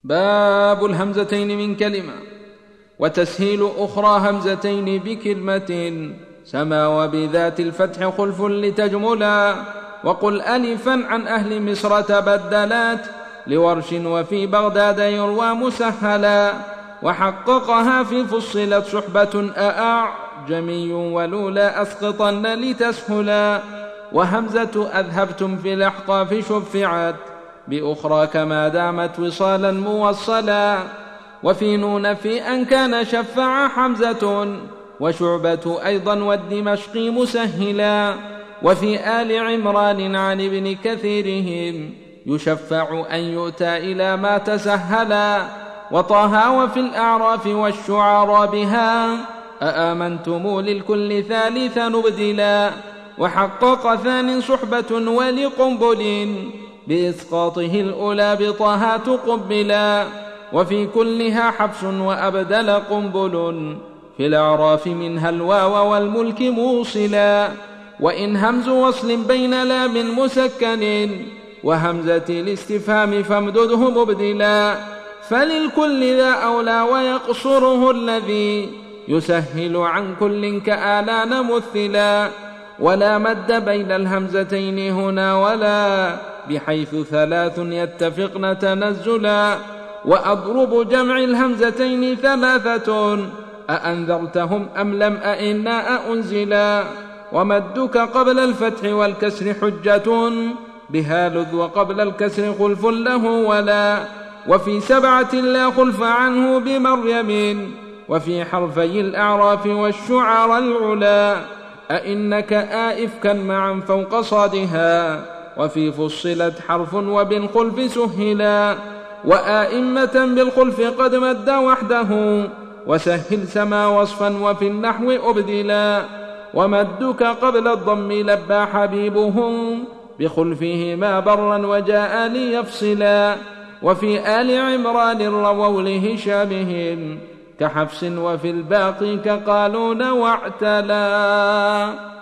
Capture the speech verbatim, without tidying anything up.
باب الهمزتين من كلمة. وتسهيل أخرى همزتين بكلمة سما وبذات الفتح خلف لتجملا. وقل ألفا عن أهل مصر تبدلات لورش وفي بغداد يروى مسهلا. وحققها في فصلت صحبة أأعجمي ولولا أسقطن لتسهلا. وهمزة أذهبتم في الأحقاف شفعت بأخرى كما دامت وصالا موصلا. وفي نون في أن كان شفع حمزة وشعبة أيضا والدمشقي مسهلا. وفي آل عمران عن ابن كثيرهم يشفع أن يؤتى إلى ما تسهلا. وطه وفي الأعراف والشعراء بها أآمنتم للكل ثالثا نبدلا. وحقق ثان صحبة ولقنبل بإسقاطه الأولى بطه تقبلا. وفي كلها حبس وأبدل قنبل في الأعراف منها الواو والملك موصلا. وإن همز وصل بين لام مسكن وهمزة الاستفهام فامدده مبدلا. فللكل ذا أولى ويقصره الذي يسهل عن كل كآلان مثلا. ولا مد بين الهمزتين هنا ولا بحيث ثلاث يتفقن تنزلا. وأضرب جمع الهمزتين ثلاثة أأنذرتهم أم لم أئنا أنزلا. ومدك قبل الفتح والكسر حجة بها لذ وقبل الكسر خلف له ولا. وفي سبعة لا خلف عنه بمريم وفي حرفي الأعراف والشعر العلا. أئنك آئفكا معا فوق صادها وفي فصلت حرف وبالخلف سهلا. وآئمة بالخلف قد مد وحده وسهل سما وصفا وفي النحو أبدلا. ومدك قبل الضم لبى حبيبهم بخلفهما برا وجاء ليفصلا. وفي آل عمران رووا لهشامهم كحفص وفي الباقي كقالون واعتلا.